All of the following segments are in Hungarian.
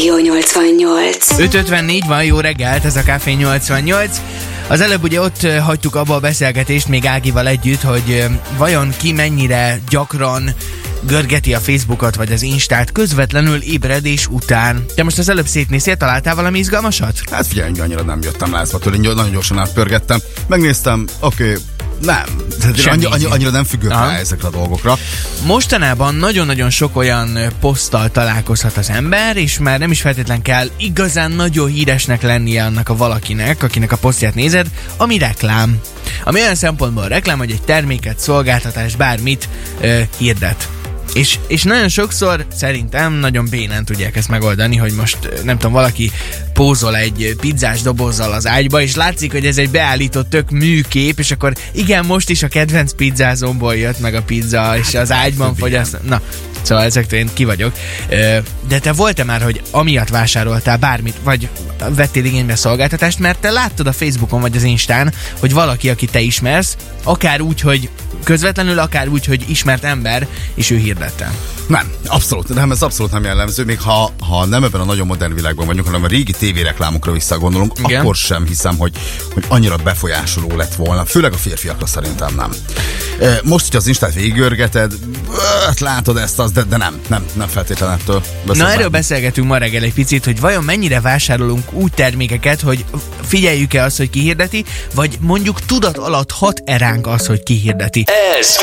Rádió 88. 5:54 van, jó reggelt, ez a Café 88. Az előbb ugye ott hagytuk abba a beszélgetést még Ágival együtt, hogy vajon ki mennyire gyakran görgeti a Facebookot vagy az Instát közvetlenül ébredés után. Te most az előbb szétnéztél, találtál valami izgalmasat? Hát figyelj, annyira nem jöttem lázba tőle, nagyon gyorsan átpörgettem. Megnéztem, nem. Annyira nem függök rá ezekre a dolgokra. Mostanában nagyon-nagyon sok olyan poszttal találkozhat az ember, és már nem is feltétlen kell igazán nagyon híresnek lennie annak a valakinek, akinek a posztját nézed, ami reklám. Ami olyan szempontból reklám, hogy egy terméket, szolgáltatást, bármit hirdet. És nagyon sokszor szerintem nagyon bénán tudják ezt megoldani, hogy most nem tudom, valaki pózol egy pizzás dobozzal az ágyba, és látszik, hogy ez egy beállított tök műkép, és akkor igen, most is a kedvenc pizzázomból jött meg a pizza, és az ágyban fogyaszt. Na, szóval ezektől én ki vagyok. De te volt-e már, hogy amiatt vásároltál bármit, vagy vettél igénybe szolgáltatást, mert te láttad a Facebookon vagy az Instán, hogy valaki, aki te ismersz, akár úgy, hogy közvetlenül, akár úgy, hogy ismert ember, és ő hirdette. Nem, abszolút, nem, ez abszolút nem jellemző, még ha nem ebben a nagyon modern világban vagyunk, hanem a régi tévéreklámokra visszagondolunk, igen, akkor sem hiszem, hogy annyira befolyásoló lett volna, főleg a férfiakra szerintem nem. Most, hogy az Instát végigörgeted, látod ezt, de nem feltétlenül ettől. Na, erről beszélgetünk ma reggel egy picit, hogy vajon mennyire vásárolunk úgy termékeket, hogy figyeljük-e azt, hogy ki hirdeti, vagy mondjuk tudat alatt hat-e ránk az, hogy ki hirdeti. Ez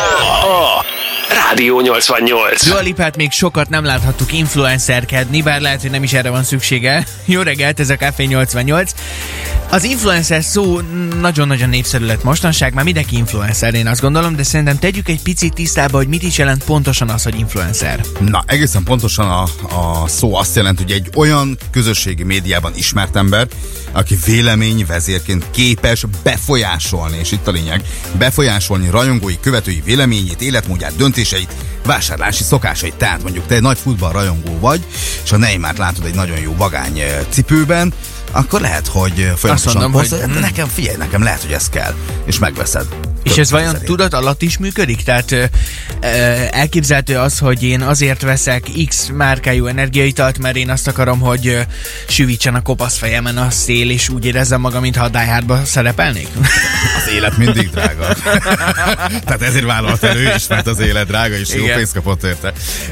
a Rádió 88. Dua Lipát még sokat nem láthattuk influencerkedni, bár lehet, hogy nem is erre van szüksége. Jó reggelt, ez a Café 88. Az influencer szó nagyon-nagyon népszerű lett mostanság, már mindenki influencer, én azt gondolom, de szerintem tegyük egy picit tisztába, hogy mit is jelent pontosan az, hogy influencer. Na, egészen pontosan a szó azt jelenti, hogy egy olyan közösségi médiában ismert ember, aki véleményvezérként képes befolyásolni, és itt a lényeg, befolyásolni rajongói, követői véleményét, életmódját, döntéseit, vásárlási szokásait. Tehát mondjuk te egy nagy futballrajongó vagy, és a Neymart látod egy nagyon jó vagány cipőben, akkor lehet, hogy folyamatosan nekem lehet, hogy ez kell, és megveszed. És ez vajon tudat alatt is működik? Tehát elképzelhető az, hogy én azért veszek X márkájú energiaitalt, mert én azt akarom, hogy süvítsen a kopasz fejemen a szél, és úgy érezzem magam, mintha a Die Hardba szerepelnék? Az élet mindig drága. Tehát ezért vállalt elő is, mert az élet drága, és jó pénzt kapott érte.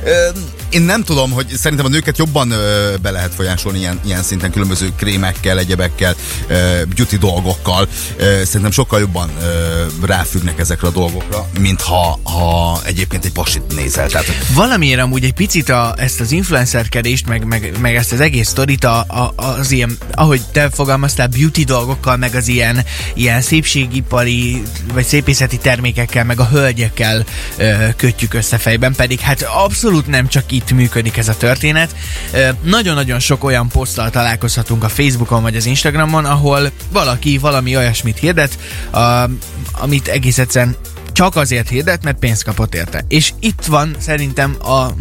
Én nem tudom, hogy szerintem a nőket jobban be lehet folyásolni ilyen szinten, különböző krémekkel, egyebekkel, beauty dolgokkal. Szerintem sokkal jobban ráfüggnek ezekre a dolgokra, mint ha egyébként egy pasit nézel. Tehát valamiért amúgy egy picit ezt az influencerkedést, meg ezt az egész sztorit az ilyen, ahogy te fogalmaztál, beauty dolgokkal, meg az ilyen szépségipari, vagy szépészeti termékekkel, meg a hölgyekkel kötjük össze fejben, pedig hát abszolút nem csak itt működik ez a történet. Nagyon-nagyon sok olyan poszttal találkozhatunk a Facebookon vagy az Instagramon, ahol valaki valami olyasmit hirdet, amit egész egyszerűen csak azért hirdet, mert pénzt kapott érte. És itt van szerintem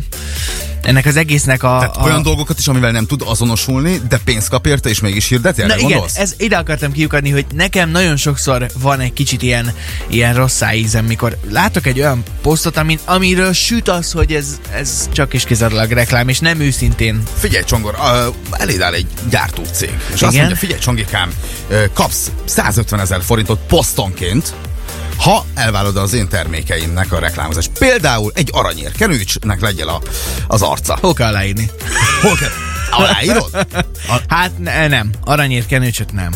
ennek az egésznek Tehát olyan dolgokat is, amivel nem tud azonosulni, de pénzt kap érte, és mégis hirdeti? Na igen, ide akartam kiukadni, hogy nekem nagyon sokszor van egy kicsit ilyen rossz ízem, mikor látok egy olyan posztot, amiről süt az, hogy ez csak is kizárólag reklám, és nem őszintén. Figyelj, Csongor, eléd áll egy gyártócég, és igen? Azt mondja, figyelj, Csongikám, kapsz 150 000 forintot posztonként, ha elvállalod az én termékeimnek a reklámozást. Például egy aranyér kenőcsnek legyen az arca. Hol kell aláírni? Hol kell? Aláírod? Hát nem. Aranyér kenőcsöt nem.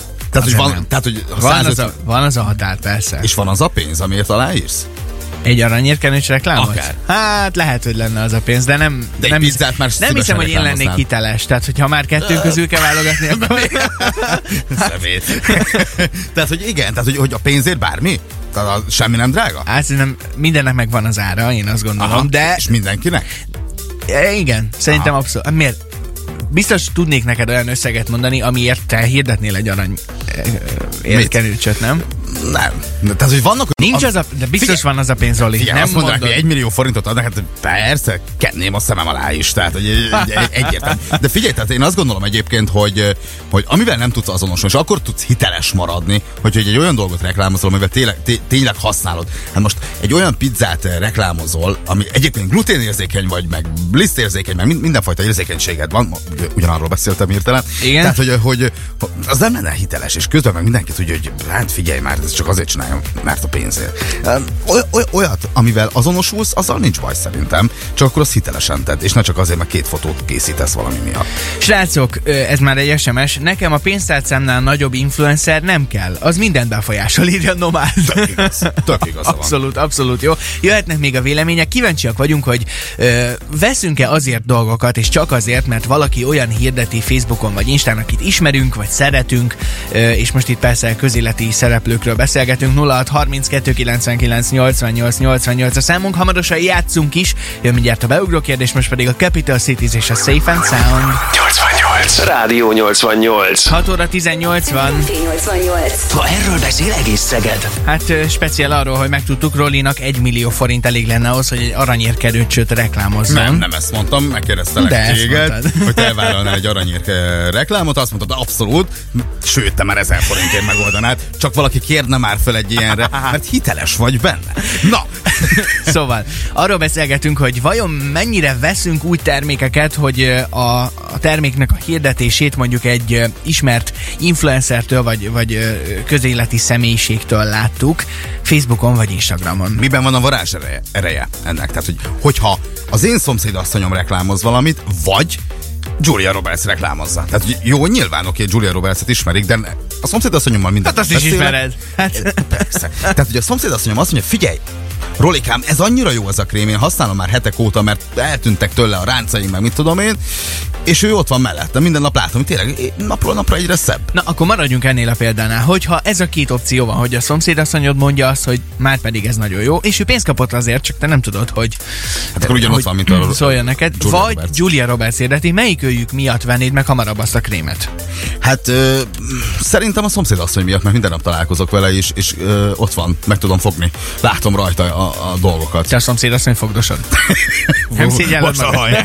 Van az a határ, persze. És van az a pénz, amiért aláírsz? Egy aranyérkenős reklámot? Akár. Hát lehet, hogy lenne az a pénz, de nem hiszem, hogy én lennék hiteles. Tehát, hogyha már kettőnk közül kell válogatni, akkor... Szemét. Tehát, hogy igen, tehát, hogy a pénzért bármi? Tehát semmi nem drága? Hát szerintem mindennek megvan az ára, én azt gondolom. Aha, de... És mindenkinek? Igen, szerintem abszolút. Miért? Biztos tudnék neked olyan összeget mondani, amiért te hirdetnél egy arany érkenőcsöt, nem? Nem. Tehát, hogy vannak... Nincs az a... De biztos van az a pénz, Zoli. Igen, Nem azt mondanak, mondod. hogy 1 millió forintot adnak, hát persze, kenném a szemem alá is, tehát hogy egyértelmű. De figyelj, tehát én azt gondolom egyébként, hogy amivel nem tudsz azonosulni, és akkor tudsz hiteles maradni, hogy egy olyan dolgot reklámozol, amivel tényleg használod. Hát most egy olyan pizzát reklámozol, ami egyébként gluténérzékeny vagy, meg lisztérzékeny, meg mindenfajta érzékenységed van, ugyanarról beszéltem hirtelen. Igen. Tehát, hogy az nem lenne hiteles, és közben meg mindenki tudja, hogy hát figyelj már, ez csak azért csinálja, mert a pénzért. Olyat, amivel azonosulsz, azzal nincs baj szerintem, csak akkor az hitelesen tedd, és ne csak azért, mert 2 fotót készítesz valami miatt. Srácok, ez már egy SMS. Nekem a pénztárcámnál nagyobb influencer nem kell. Az mindent befolyásol, írja Nomád. Tök igaza van. Abszolút jó. Jöhetnek még a vélemények. Kíváncsiak vagyunk, hogy veszünk-e azért dolgokat, és csak azért, mert valaki olyan hirdeti Facebookon vagy Instán, akit ismerünk, vagy szeretünk, és most itt persze közéleti szereplőkről beszélgetünk. 06 32 99 88 88 a számunk. Hamarosan játszunk is. Jön mindjárt a beugró kérdés, most pedig a Capital Cities és a Safe and Sound. 88. Rádió 88. 6 óra 18 van. 88. Ha erről beszél egész Szeged. Hát speciál arról, hogy megtudtuk, Rollinak 1 millió forint elég lenne ahhoz, hogy egy aranyérkerőcsöt reklámozzon. Nem ezt mondtam, megkérdeztelek De téged, hogy te elvállalnál egy aranyér reklámot, azt mondtad, abszolút, sőt, te már 1000 forintért megoldanád, csak valaki kérne már fel egy ilyenre, mert hiteles vagy benne. Na! Szóval, arról beszélgetünk, hogy vajon mennyire veszünk úgy termékeket, hogy a terméknek a hirdetését mondjuk egy ismert influencertől, vagy közéleti személyiségtől láttuk, Facebookon vagy Instagramon. Miben van a varázs ereje ennek? Tehát, hogyha az én szomszédasszonyom reklámoz valamit, vagy Julia Roberts reklámozza. Tehát jó, nyilván oké, Julia Robertset ismerik, de a szomszédasszonyommal mindent Hát azt is ismered. Hát. Persze. Tehát, hogy a szomszédasszonyom azt mondja, figyelj, Rolikám, ez annyira jó az a krém, én használom már hetek óta, mert eltűntek tőle a ráncaim, meg mit tudom én, és ő ott van mellette, minden nap látom, hogy tényleg napról napra egyre szebb. Na, akkor maradjunk ennél a példánál, hogyha ez a 2 opció van, hogy a szomszédasszonyod mondja azt, hogy már pedig ez nagyon jó, és ő pénzt kapott azért, csak te nem tudod, hogy... Hát akkor ugyanott van, mint a... Szóljon neked, Julia vagy Roberts. Julia Roberts hirdeti, melyik őjük miatt vennéd meg hamarabb azt a krémet? Hát szerintem a szomszédasszony miatt, mert minden nap találkozok vele, és ott van, meg tudom fogni. Látom rajta a dolgokat. Te a szomszédasszony fogdosod? Nem szégyelled magad?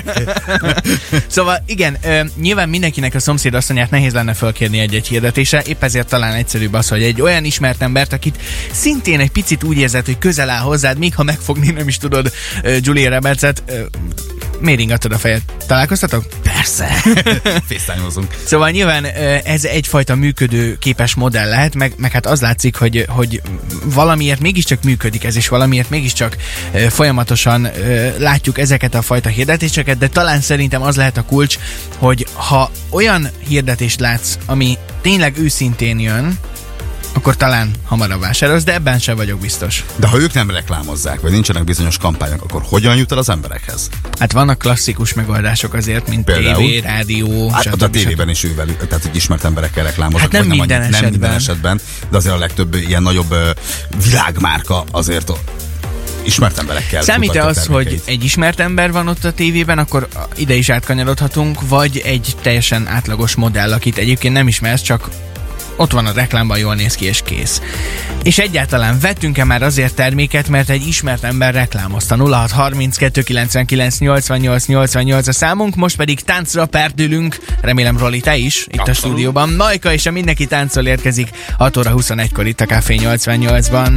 Szóval igen, nyilván mindenkinek a szomszédasszonyát nehéz lenne fölkérni egy hirdetésre, épp ezért talán egyszerűbb az, hogy egy olyan ismert embert, akit szintén egy picit úgy érzed, hogy közel áll hozzád, még ha megfogni nem is tudod Julia Robertset, miért ingatod a fejed? Találkoztatok? Persze. FaceTime-ozunk. Szóval nyilván ez egyfajta működő képes modell lehet, meg hát az látszik, hogy valamiért mégiscsak működik ez, és valamiért mégiscsak folyamatosan látjuk ezeket a fajta hirdetéseket, de talán szerintem az lehet a kulcs, hogy ha olyan hirdetést látsz, ami tényleg őszintén jön, akkor talán hamarabb vásárolsz, de ebben sem vagyok biztos. De ha ők nem reklámozzák, vagy nincsenek bizonyos kampányok, akkor hogyan jut el az emberekhez? Hát vannak klasszikus megoldások azért, mint Például? tévé, rádió, Hát a tévében is ővel, tehát hogy ismert emberekkel reklámoznak. Hát nem vagy minden nem esetben. minden esetben, de azért a legtöbb ilyen nagyobb világmárka azért ismert emberekkel. Számít-e mutatja az, termékeit. hogy egy ismert ember van ott a tévében, akkor ide is átkanyarodhatunk, vagy egy teljesen átlagos modell, akit egyébként nem ismersz, csak ott van a reklámban, jól néz ki és kész. És egyáltalán vettünk-e már azért terméket, mert egy ismert ember reklámozta? 06 32 99 88 88 a számunk, most pedig táncra perdülünk, remélem Roli, te is, itt a stúdióban. Majka és a Mindenki táncol érkezik 6 óra 21-kor itt a Café 88-ban.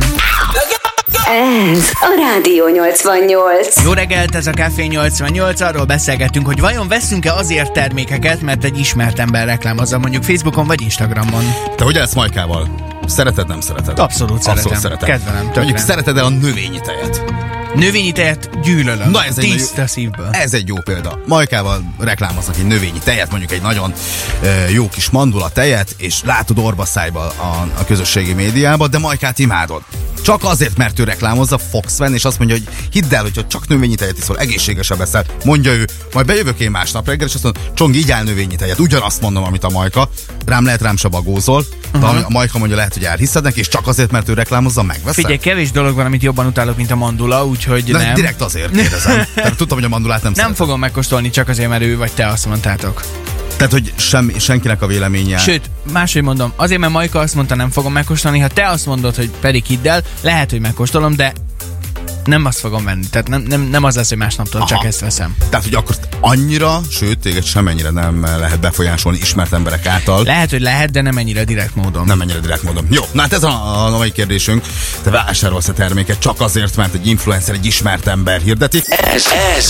Ez a Rádió 88. Jó reggelt, ez a Café 88, arról beszélgettünk, hogy vajon veszünk-e azért termékeket, mert egy ismert ember reklámozza, mondjuk Facebookon vagy Instagramon. Te hogy állsz Majkával? Szereted, nem szereted? Abszolút szeretem. Kedvelem, tökre. Mondjuk szereted-e a növényi tejet? Növényi tejet gyűlölöm. Na, ez egy tiszta szívből. Ez egy jó példa. Majkával reklámoznak egy növényi tejet, mondjuk egy nagyon jó kis mandula tejet, és látod orba szájba a közösségi médiában, de Majkát imádod. Csak azért, mert ő reklámozza, fogsz venni, és azt mondja, hogy hidd el, hogyha csak növényi tejet iszol, egészségesebb leszel, mondja ő. Majd bejövök én másnap reggel, és azt mondom, Csong, így áll növényi tejet. Ugyanazt mondom, amit a Majka. Rám se bagózol, de a Majka mondja, lehet, hogy elhiszed neki, és csak azért, mert ő reklámozza, megveszed. Figyelj, kevés dolog van, amit jobban utálok, mint a mandula, úgyhogy de nem. Direkt azért kérdezem. Tehát tudtam, hogy a mandulát nem Nem fogom megkóstolni csak azért, mert ő vagy te azt mondtátok. Tehát, hogy senkinek a véleménye... Sőt, máshogy mondom, azért, mert Majka azt mondta, nem fogom megkóstolni, ha te azt mondod, hogy pedig hidd el, lehet, hogy megkóstolom, de nem azt fogom venni. Tehát nem az lesz, hogy másnaptól csak ezt veszem. Tehát, hogy akkor annyira, sőt, téged semennyire nem lehet befolyásolni ismert emberek által. Lehet, hogy lehet, de nem ennyire direkt módon. Nem ennyire direkt módon. Jó, na hát ez a mai kérdésünk. Te vásárolsz a terméket csak azért, mert egy influencer, egy ismert ember hirdeti. Ez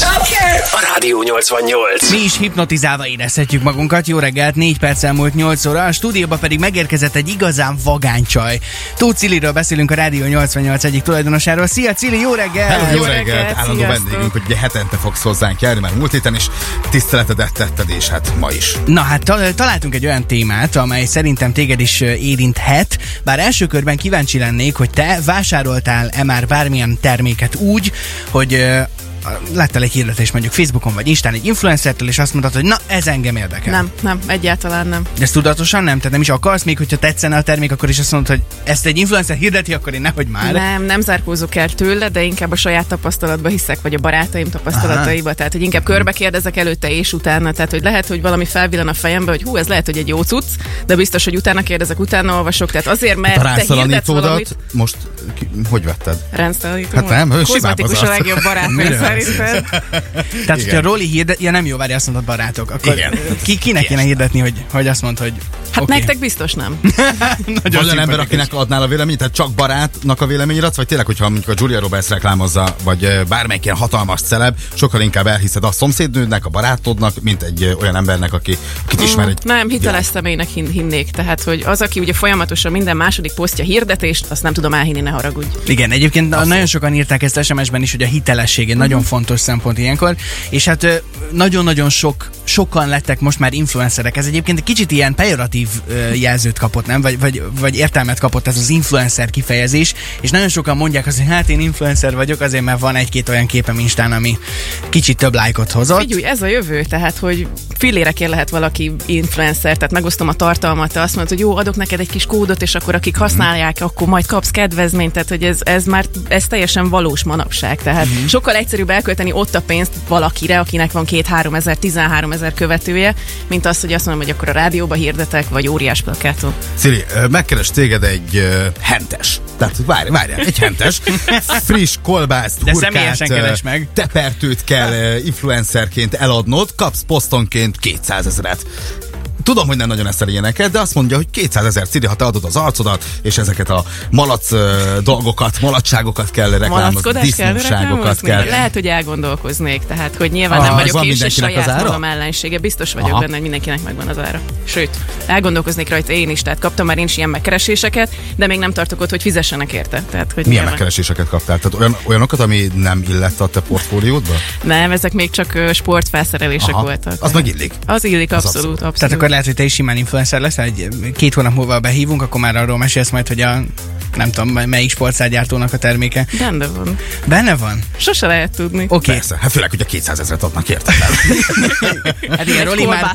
a Rádió 88. Mi is hipnotizálva érezhetjük magunkat. Jó reggelt, 4 perc elmúlt 8 óra, a stúdióba pedig megérkezett egy igazán vagánycsaj. Tóth Ciliről beszélünk, a Rádió 88 egyik tulajdonosáról. Szia Cili, jó reggelt! Hello, jó reggelt! Állandó vendégünk, hogy ugye hetente fogsz hozzánk járni, mert múlt héten is tiszteletedet tetted, és hát ma is. Na hát találtunk egy olyan témát, amely szerintem téged is érinthet, bár első körben kíváncsi lennék, hogy te vásároltál-e már bármilyen terméket úgy, hogy láttál egy hirdetést mondjuk Facebookon vagy Instán egy influencertől, és azt mondtad, hogy na, ez engem érdekel. Nem, egyáltalán nem. De ezt tudatosan nem? Tehát nem is akarsz, még hogyha tetszene a termék, akkor is azt mondod, hogy ezt egy influencer hirdeti, akkor én nehogy már. Nem zárkózok el tőle, de inkább a saját tapasztalatba hiszek, vagy a barátaim tapasztalataiba. Tehát, hogy inkább körbe kérdezek előtte és utána. Tehát, hogy lehet, hogy valami felvillan a fejembe, hogy hú, ez lehet, hogy egy jó cucc, de biztos, hogy utána kérdezek, utána olvasok. Tehát azért, mert te hirdetsz valamit. Most hogy vetted? Rendszerűen. Hát nem, kozmetikus a legjobb barátom szerintem. Tehát, hogyha Roli hirdet, nem jó, várj, azt mondod barátok, akkor kinek kéne hirdetni, hogy azt mondod, hogy hát okay. Nektek biztos nem. Vagy olyan ember, akinek adnál a véleményt, tehát csak barátnak a véleményre adsz, vagy tényleg, hogyha mondjuk a Julia Roberts reklámozza, vagy bármelyik ilyen hatalmas celeb, sokkal inkább elhiszed a szomszédnődnek, a barátodnak, mint egy olyan embernek, akit ismer egy... Nem, hiteles személynek hinnék. Tehát, hogy az, aki ugye folyamatosan minden második posztja hirdetést, azt nem tudom elhinni, ne haragudj. Igen, egyébként nagyon sokan írták ezt SMS-ben is, hogy a hitelesség egy nagyon fontos szempont ilyenkor, és hát nagyon-nagyon sokan lettek most már influencerek. Ez egyébként egy kicsit ilyen pejoratív jelzőt kapott, nem? Vagy értelmet kapott ez az influencer kifejezés, és nagyon sokan mondják azt, hogy hát én influencer vagyok, azért mert van egy-két olyan képem Instán, ami kicsit több lájkot hozott. Figyelj, ez a jövő, tehát, hogy fillérekért lehet valaki influencer, tehát megosztom a tartalmat, te azt mondod, hogy jó, adok neked egy kis kódot, és akkor akik használják, akkor majd kapsz kedvezményt, tehát, hogy ez teljesen valós manapság, tehát sokkal egyszerűbb elkölteni ott a pénzt valakire, akinek van 2-3 ezer, 13 000 követője, mint az, hogy azt mondom, hogy akkor a rádióba hirdetek, vagy óriás plakáton. Ciri, megkeres téged egy hentes. Tehát várjál, egy hentes. Friss kolbászt, hurkát, tepertőt kell influencerként eladnod, kapsz posztonként 200 000. Tudom, hogy nem nagyon eszel ilyeneket, de azt mondja, hogy 200 000 Ciri, ha te adod az arcodat, és ezeket a malac dolgokat, malacságokat kell reklámozni, disznóságokat kell. Lehet, hogy elgondolkoznék, tehát, hogy nyilván nem vagyok én se saját magam ellensége, biztos vagyok benne, hogy mindenkinek megvan az ára. Sőt, elgondolkoznék rajta én is, tehát kaptam már én is ilyen megkereséseket, de még nem tartok ott, hogy fizessenek érte. Tehát, hogy milyen megkereséseket kaptál? Tehát olyanokat, ami nem illett a te portfóliódba? Nem, ezek még csak sportfelszerelések voltak. Az meg illik. Az illik, abszolút. Tehát akkor lehet, hogy te is simán influencer lesz, egy 2 hónap múlva behívunk, akkor már arról mesélsz majd, hogy a nem tudom, melyik sportszergyártónak a terméke. Benne van. Benne van? Sose lehet tudni. Okay. Persze, hát főleg, hogy a 200 000 adnak érted. Hát igen, Roli már...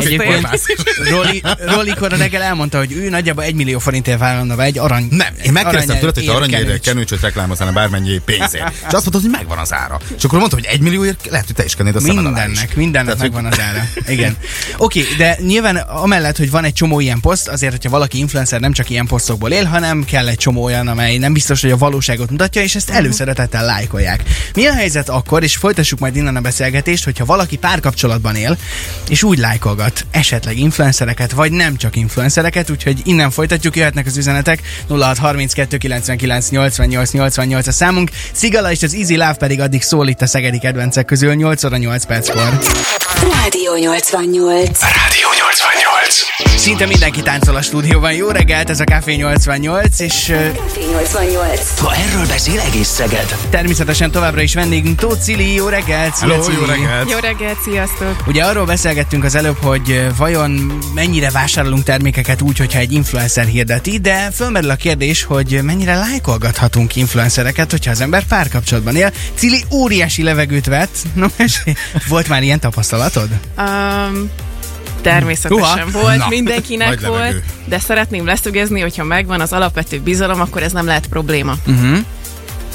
Roli korra reggel elmondta, hogy ő nagyjából 1 millió forintért vállalna be egy arany... Nem, én megkérdeztem tőled, hogy te aranyérő kenőcsöt reklámoztál és pénzért. És azt mondtad, hogy megvan az ára. És akkor mondta, hogy 1 millióért lehet, hogy te is kennéd a szemed alá is. Mindennek megvan az ára. Igen. Oké, de nyilván amellett, hogy van egy csomó ilyen poszt, azért, hogyha valaki influencer nem csak ilyen posztokból él, hanem kell egy csomó olyan, amely nem biztos, hogy a valóságot mutatja, és ezt előszeretettel lájkolják. Mi a helyzet akkor, és folytassuk majd innen a beszélgetést, hogyha valaki párkapcsolatban él, és úgy lájkolgat esetleg influencereket, vagy nem csak influencereket, úgyhogy innen folytatjuk, jöhetnek az üzenetek, 0632 99 88 88 a számunk, Szigala és az Easy Love pedig addig szól itt a szegedi kedvencek közül 8 óra 8 perckor. Rádió 88. Rádió 88. Szinte mindenki táncol a stúdióban. Jó reggelt, ez a Café 88, és... Café 88. Ha erről beszél egész Szeged. Természetesen továbbra is vendégünk Tóth Cili. Jó reggelt! Hello, jó reggelt! Jó reggelt, sziasztok! Ugye arról beszélgettünk az előbb, hogy vajon mennyire vásárolunk termékeket úgy, hogyha egy influencer hirdeti, de fölmerül a kérdés, hogy mennyire lájkolgathatunk influencereket, hogyha az ember párkapcsolatban él. Cili óriási levegőt vett. No, volt már ilyen tapasztalatod? Természetesen volt, mindenkinek volt, de szeretném leszögezni, hogyha megvan az alapvető bizalom, akkor ez nem lehet probléma.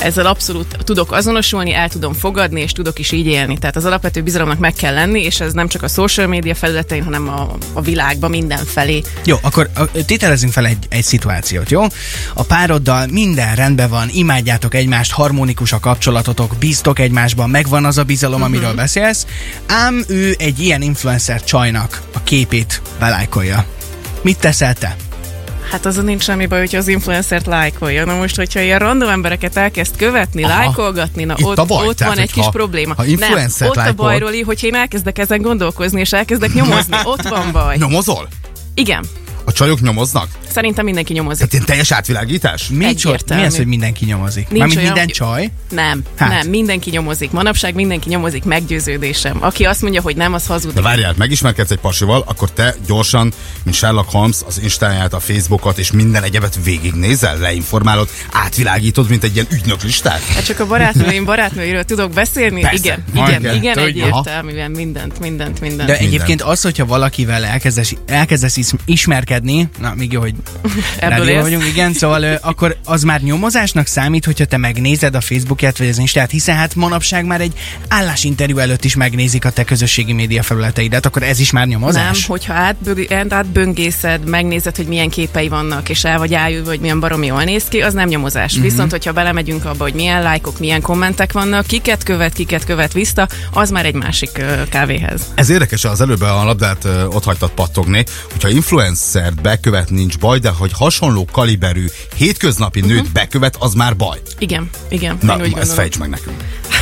ezzel abszolút tudok azonosulni, el tudom fogadni, és tudok is így élni. Tehát az alapvető bizalomnak meg kell lenni, és ez nem csak a social media felületein, hanem a világban mindenfelé. Jó, akkor tételezzünk fel egy szituációt, jó? A pároddal minden rendben van, imádjátok egymást, harmonikus a kapcsolatotok, bíztok egymásban, megvan az a bizalom, amiről beszélsz, ám ő egy ilyen influencer csajnak a képét belájkolja. Mit teszel te? Hát azon nincs semmi baj, hogyha az influencert lájkolja. Na most, hogyha ilyen random embereket elkezd követni, lájkolgatni, na ott van egy kis probléma. Nem, ott a baj, Roli, hogyha én elkezdek ezen gondolkozni, és elkezdek nyomozni, ott van baj. Nyomozol? Igen. A csajok nyomoznak? Szerintem mindenki nyomozik. Tehát ilyen teljes átvilágítás? Mi az, hogy mindenki nyomozik? Mármint minden csaj? Nem, mindenki nyomozik. Manapság mindenki nyomozik, meggyőződésem. Aki azt mondja, hogy nem, az hazudik. De várjál, megismerkedsz egy pasival, akkor te gyorsan, mint Sherlock Holmes, az Instáját, a Facebookot és minden egyebet végignézel, leinformálod, átvilágítod, mint egy ilyen ügynöklistát? Hát csak a barátnőiről tudok beszélni? Persze. Igen, egyértelműen mindent. De egyébként az, hogyha valakivel elkezdesz ismerkedni, na még jó, hogy rádióban vagyunk, igen, szóval akkor az már nyomozásnak számít, hogyha te megnézed a Facebookját vagy az Instát, hiszen hát manapság már egy állásinterjú előtt is megnézik a te közösségi média felületeidet, akkor ez is már nyomozás? Nem, hogyha átböngészed, megnézed, hogy milyen képei vannak, és el vagy ájulva, hogy milyen baromi jól néz ki, az nem nyomozás. Viszont, hogyha belemegyünk abba, hogy milyen lájkok, milyen kommentek vannak, kiket követ vissza, az már egy másik kávéhez. Ez érdekes, az előbb a labdát ott hagytad pattogni, hogyha influencert bekövet, nincs baj, de hogy hasonló kaliberű hétköznapi nőt bekövet, az már baj. Igen. Na, ezt fejtsd meg nekünk.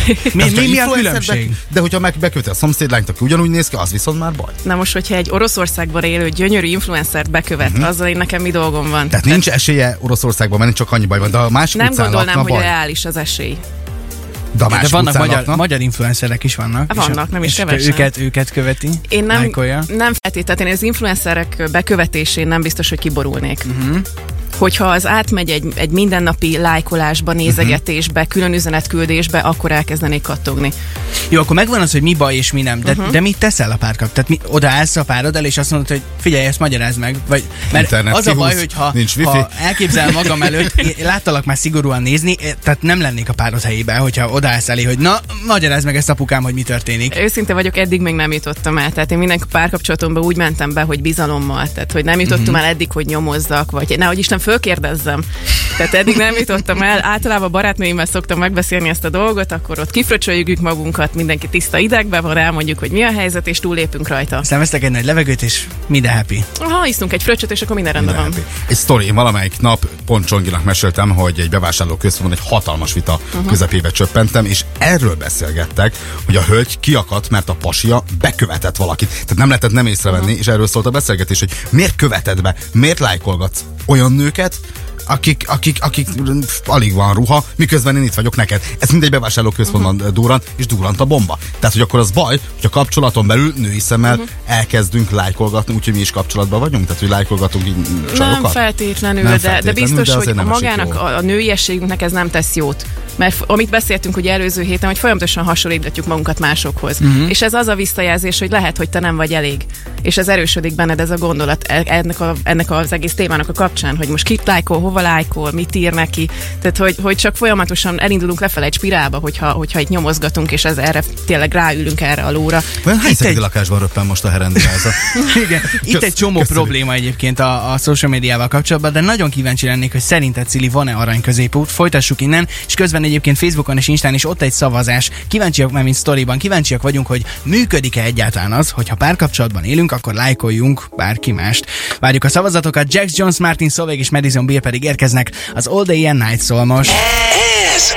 Mi a különbség? De hogyha beköveti a szomszédlányt, aki ugyanúgy néz ki, az viszont már baj. Na most, hogyha egy Oroszországban élő gyönyörű influencert bekövet, azzal én nekem mi dolgom van? Tehát nincs esélye Oroszországban menni, csak annyi baj van, de a másik nem utcán gondolnám, lakna, hogy reális az esély. De vannak magyar influencerek is vannak. Vannak, nem is kevesen. Őket követi. Én nem feltétlenül, én az influencerek bekövetésén nem biztos, hogy kiborulnék. Hogyha az átmegy egy mindennapi lájkolásba, nézegetésbe, külön üzenetküldésbe, akkor elkezdenék kattogni. Jó, akkor megvan az, hogy mi baj és mi nem. De mit teszel a párkap? Tehát odaállsz a párod el, és azt mondod, hogy figyelj, ezt magyarázd meg. Vagy, mert internet az a baj, hogy ha elképzel magam előtt, láttalak már szigorúan nézni, tehát nem lennék a párod helyében, hogyha odaállsz elé, hogy na, magyarázd meg ezt apukám, hogy mi történik. Őszinte vagyok, eddig még nem jutottam el. Tehát én minden párkapcsolatomban úgy mentem be, hogy bizalommal. Tehát, hogy nem jutottam el eddig, hogy nyomozzak, vagy nehogy Isten fölkérdezzem. Tehát eddig nem jutottam el. Általában barátnőimmel szoktam megbeszélni ezt a dolgot, akkor ott kifröcsöljük magunkat, mindenki tiszta idegben van, elmondjuk, hogy mi a helyzet, és túllépünk rajta. Aztán vesztek egy nagy levegőt, és minden happy. Ha iszunk egy fröccsöt, és akkor minden rendben van. Egy sztori, én valamelyik nap pont Csonginak meséltem, hogy egy bevásárlóközpontban egy hatalmas vita közepébe csöppentem, és erről beszélgettek, hogy a hölgy kiakadt, mert a pasia bekövetett valakit. Tehát nem lehetett nem észrevenni, és erről szólt a beszélgetés, hogy miért követed be, miért lájkolgatsz olyan nőket, akik alig van ruha, miközben én itt vagyok neked. Ez mindegy bevásárlóközpontban durrant, és durrant a bomba. Tehát, hogy akkor az baj, hogy a kapcsolaton belül női szemmel elkezdünk lájkolgatni, úgyhogy mi is kapcsolatban vagyunk, tehát hogy lájkolgatunk csajokat. Nem feltétlenül, de biztos, hogy magának a nőiességünknek ez nem tesz jót. Mert amit beszéltünk ugye előző héten, hogy folyamatosan hasonlítgatjuk magunkat másokhoz. És ez az a visszajelzés, hogy lehet, hogy te nem vagy elég. És ez erősödik benned ez a gondolat ennek az egész témának a kapcsán, hogy most kit lájkol, hova lájkol, mit ír neki. Tehát, hogy csak folyamatosan elindulunk lefelé egy spirálba, hogyha itt nyomozgatunk, és erre tényleg ráülünk erre a lóra. Hány lakásban röppen most a herendiháza? Igen, itt egy csomó probléma egyébként a social médiával kapcsolatban, de nagyon kíváncsi lennék, hogy szerinted, Cili, van-e arany középút? Folytassuk innen, és közben egyébként Facebookon és Instán is ott egy szavazás. Kíváncsiak, mert mint sztoriban, kíváncsiak vagyunk, hogy működik-e egyáltalán az, hogy ha párkapcsolatban élünk, akkor lájkoljunk bárki mást. Várjuk a szavazatokat, Jax Jones, Martin Solveig és Madison Beer pedig érkeznek, az All Day and Night szól most. Ez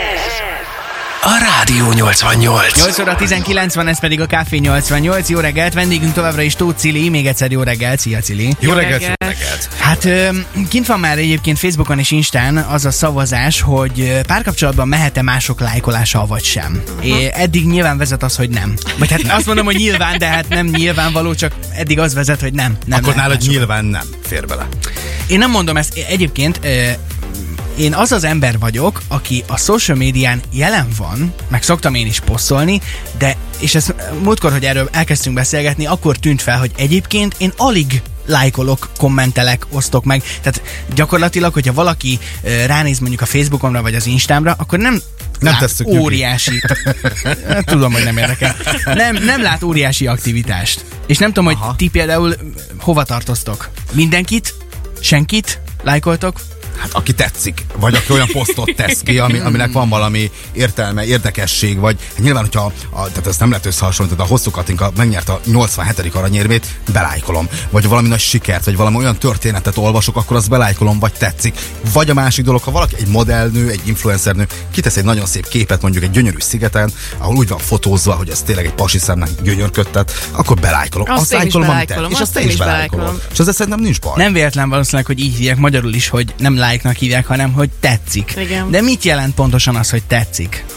a Rádió 88. 8 óra 19 van, ez pedig a Café 88. Jó reggelt, vendégünk továbbra is Tóth Cili, még egyszer jó reggelt, szia Cili. Jó reggelt. Hát kint van már egyébként Facebookon és Instán az a szavazás, hogy párkapcsolatban mehet-e mások lájkolása, vagy sem. Eddig nyilván vezet az, hogy nem. Vagy hát azt mondom, hogy nyilván, de hát nem nyilvánvaló, csak eddig az vezet, hogy nem. Akkor nálad nyilván nem fér bele. Én nem mondom ezt egyébként. Én az az ember vagyok, aki a social médián jelen van, meg szoktam én is posztolni, de, és ezt múltkor, hogy erről elkezdtünk beszélgetni, akkor tűnt fel, hogy egyébként én alig lájkolok, kommentelek, osztok meg. Tehát gyakorlatilag, hogyha valaki ránéz mondjuk a Facebookomra vagy az Instámra, akkor nem Nem tesszük, Nyugi. óriási... Tudom, hogy nem érdekel. Nem lát óriási aktivitást. És nem tudom, hogy ti például hova tartoztok. Mindenkit? Senkit? Lájkoltok? Hát aki tetszik, vagy aki olyan posztot tesz ki, aminek van valami értelme, érdekesség, vagy nyilván, hogyha tehát ezt nem lehet összehasonlítani, de a Hosszú Katinka megnyerte a 87. aranyérmét, belájkolom. Vagy valami nagy sikert, vagy valami olyan történetet olvasok, akkor azt belájkolom, vagy tetszik. Vagy a másik dolog, ha valaki egy modellnő, egy influencernő kitesz egy nagyon szép képet mondjuk egy gyönyörű szigeten, ahol úgy van fotózva, hogy ez tényleg egy pasi szemnek gyönyörködtet, akkor belájkolom. Azt lájkolom, amit tetszik, és azt én is belájkolom. És ezzel szerintem nincs baj. Nem véletlen valószínűleg, hogy így hívják magyarul is, hogy nem like-nak hívják, hanem hogy tetszik. Igen. De mit jelent pontosan az, hogy tetszik?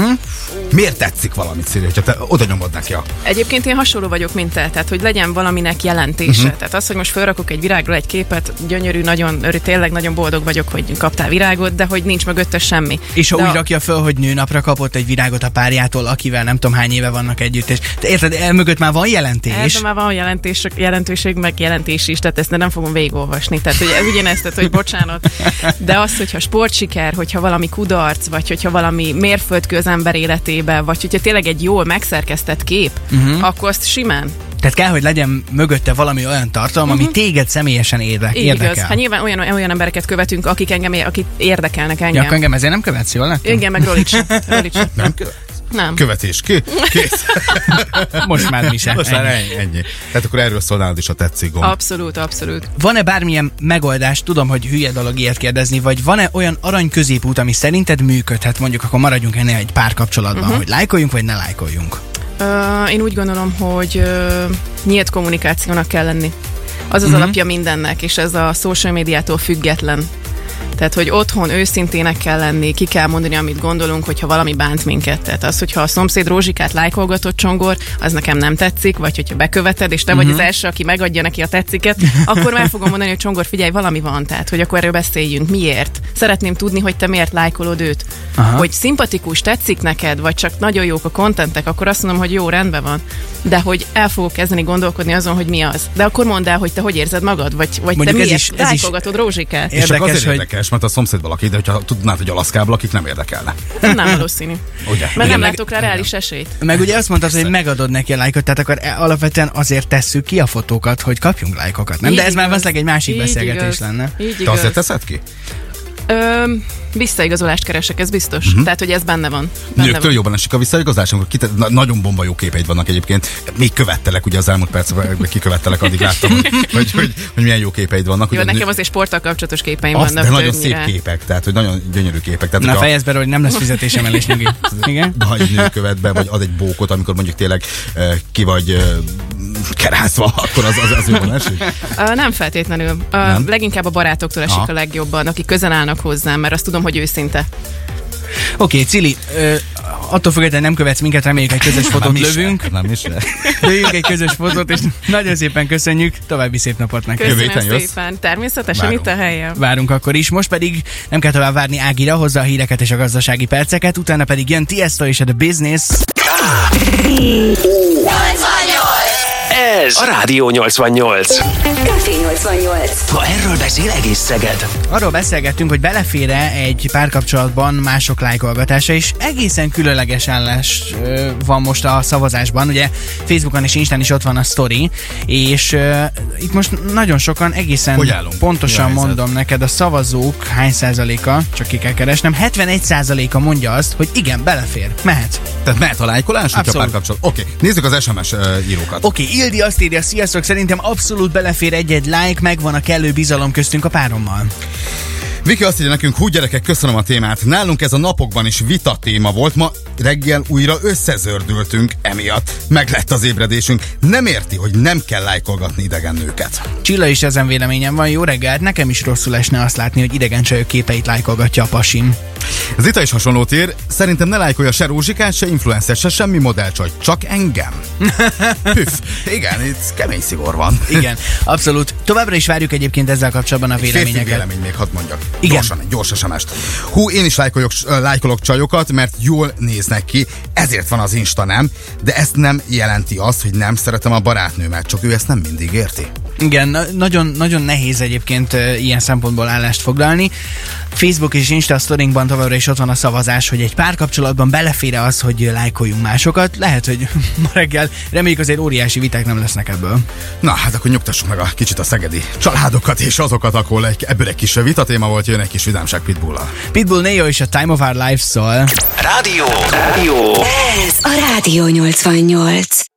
Miért tetszik valamit, Szili, hogyha te oda nyomod neki Egyébként én hasonló vagyok, mint te, tehát hogy legyen valaminek jelentése. Tehát az, hogy most felrakok egy virágról egy képet, gyönyörű, tényleg nagyon boldog vagyok, hogy kaptál virágot, de hogy nincs mögötte semmi. És ha úgy rakja föl, hogy nőnapra kapott egy virágot a párjától, akivel nem tudom hány éve vannak együtt, és érted, mögött már van jelentés. Erre már van jelentőség, meg jelentés is, tehát ezt nem fogom végigolvasni. Tehát hogy ez ugyanezt, tehát, hogy bocsánat. De az, hogyha sportsiker, hogyha valami kudarc, vagy hogyha valami mérföldkő az ember életébe, vagy hogyha tényleg egy jól megszerkesztett kép, akkor azt simán. Tehát kell, hogy legyen mögötte valami olyan tartalom, ami téged személyesen érdekel. Igaz. Hát nyilván olyan embereket követünk, akik érdekelnek engem. Ja, akkor engem ezért nem követsz, jól láttam? Igen, meg Rolics. Nem követsz? Nem. Követés. Kész. Most már mi sem. Most már ennyi. Tehát akkor erről szól nálad is a tetszik gomb. Abszolút. Van-e bármilyen megoldás, tudom, hogy hülye dolog ilyet kérdezni, vagy van-e olyan arany középút, ami szerinted működhet, mondjuk akkor maradjunk ennél egy párkapcsolatban, hogy lájkoljunk, vagy ne lájkoljunk? Én úgy gondolom, hogy nyílt kommunikációnak kell lenni. Az az alapja mindennek, és ez a social médiától független. Tehát, hogy otthon őszintének kell lenni, ki kell mondani, amit gondolunk, hogyha valami bánt minket. Tehát az, hogyha a szomszéd Rózsikát lájkolgatott Csongor, az nekem nem tetszik, vagy hogyha beköveted, és te vagy az első, aki megadja neki a tetsziket, akkor már fogom mondani, hogy Csongor, figyelj, valami van, tehát, hogy akkor erről beszéljünk. Miért? Szeretném tudni, hogy te miért lájkolod őt. Hogy szimpatikus, tetszik neked, vagy csak nagyon jók a kontentek, akkor azt mondom, hogy jó, rendben van. De hogy el fogok kezdeni gondolkodni azon, hogy mi az. De akkor mondd el, hogy te hogy érzed magad, vagy te miért lájkolgatod Rózsikát. Érdekes, mert a szomszédban lakik, de hogyha tudnád, hogy Alaszkában lakik, nem érdekelne. Nem valószínű. Ugye? Mert nem látok rá reális esélyt. Meg ugye azt mondtad, hogy megadod neki a lájkot, tehát akkor alapvetően azért tesszük ki a fotókat, hogy kapjunk lájkokat, nem? De ez már valószínűleg egy másik beszélgetés lenne. Te azért teszed ki? Visszaigazolást keresek, ez biztos. Tehát, hogy ez benne van. Nőktől jobban esik a visszaigazolás, amikor nagyon bomba jó képeid vannak egyébként. Még követtelek, ugye az elmúlt percben kikövettelek, addig láttam, hogy milyen jó képeid vannak. Jó, nekem azért sporttal kapcsolatos képeim vannak. De nagyon szép képek, tehát hogy nagyon gyönyörű képek. Tehát, na fejezd be, hogy nem lesz fizetésemelés, Nyugi. Igen? Ha egy nő követ be, vagy ad egy bókot, amikor mondjuk tényleg ki vagy kerázva, akkor az jobban esik? Nem feltétlenül. Leginkább a barátoktól esik a legjobban, akik közel állnak hozzám, mert azt tudom, hogy őszinte. Oké, Cili, attól függetlenül nem követsz minket, reméljük egy közös fotót lövünk. Nem is. Lőjünk egy közös fotót, és nagyon szépen köszönjük, további szép napot neked. Köszönöm szépen, természetesen várunk. Itt a helyen. Várunk akkor is, most pedig nem kell tovább várni, Ágira hozza a híreket és a gazdasági perceket, utána pedig jön Tiesto és a The Business. Ez a Rádió 88. Café 88. Ha erről beszél egész Szeged. Arról beszélgettünk, hogy belefér-e egy párkapcsolatban mások lájkolgatása, és egészen különleges állás van most a szavazásban. Ugye Facebookon és Instán is ott van a sztori, és itt most nagyon sokan egészen pontosan mondom neked, a szavazók hány százaléka, csak ki kell keresnem, 71%-a mondja azt, hogy igen, belefér, mehet. Tehát mehet a lájkolás, hogyha párkapcsolat. Oké, nézzük az SMS írókat. Oké, Ildi azt írja, sziasztok, szerintem abszolút belefér egy-egy like, megvan a kellő bizalom köztünk a párommal. Viki azt írja nekünk, hú gyerekek, köszönöm a témát. Nálunk ez a napokban is vita téma volt, ma reggel újra összezördültünk emiatt. Meg lett az ébredésünk. Nem érti, hogy nem kell lájkolgatni idegen nőket. Csilla is ezen véleményem van, jó reggelt, nekem is rosszul esne azt látni, hogy idegen csajok képeit lájkolgatja a pasim. Zita is hasonlót ír, szerintem ne lájkolja se Rózsikát, se influencer, se semmi modellcsaj, csak engem. Püff. Igen, itt kemény szigor van. Igen, abszolút. Továbbra is várjuk egyébként ezzel kapcsolatban a véleményeket. Férfi vélemény még, hadd mondjak. Igen. Gyors SMS-t. Hú, én is lájkolok csajokat, mert jól néznek ki, ezért van az Insta, nem? De ezt nem jelenti azt, hogy nem szeretem a barátnőmet, csak ő ezt nem mindig érti. Igen, nagyon nehéz egyébként ilyen szempontból állást foglalni. Facebook és Insta sztorinkban továbbra is ott van a szavazás, hogy egy párkapcsolatban belefér az, hogy lájkoljunk másokat. Lehet, hogy ma reggel reméljük azért óriási viták nem lesznek ebből. Na, hát akkor nyugtassuk meg a kicsit a szegedi családokat és azokat, ahol ebből egy kis vitatéma volt, jön egy kis vidámság Pitbull-al. Pitbull, Neo és a Time of Our Life szól. Rádió. Ez a Rádió 88.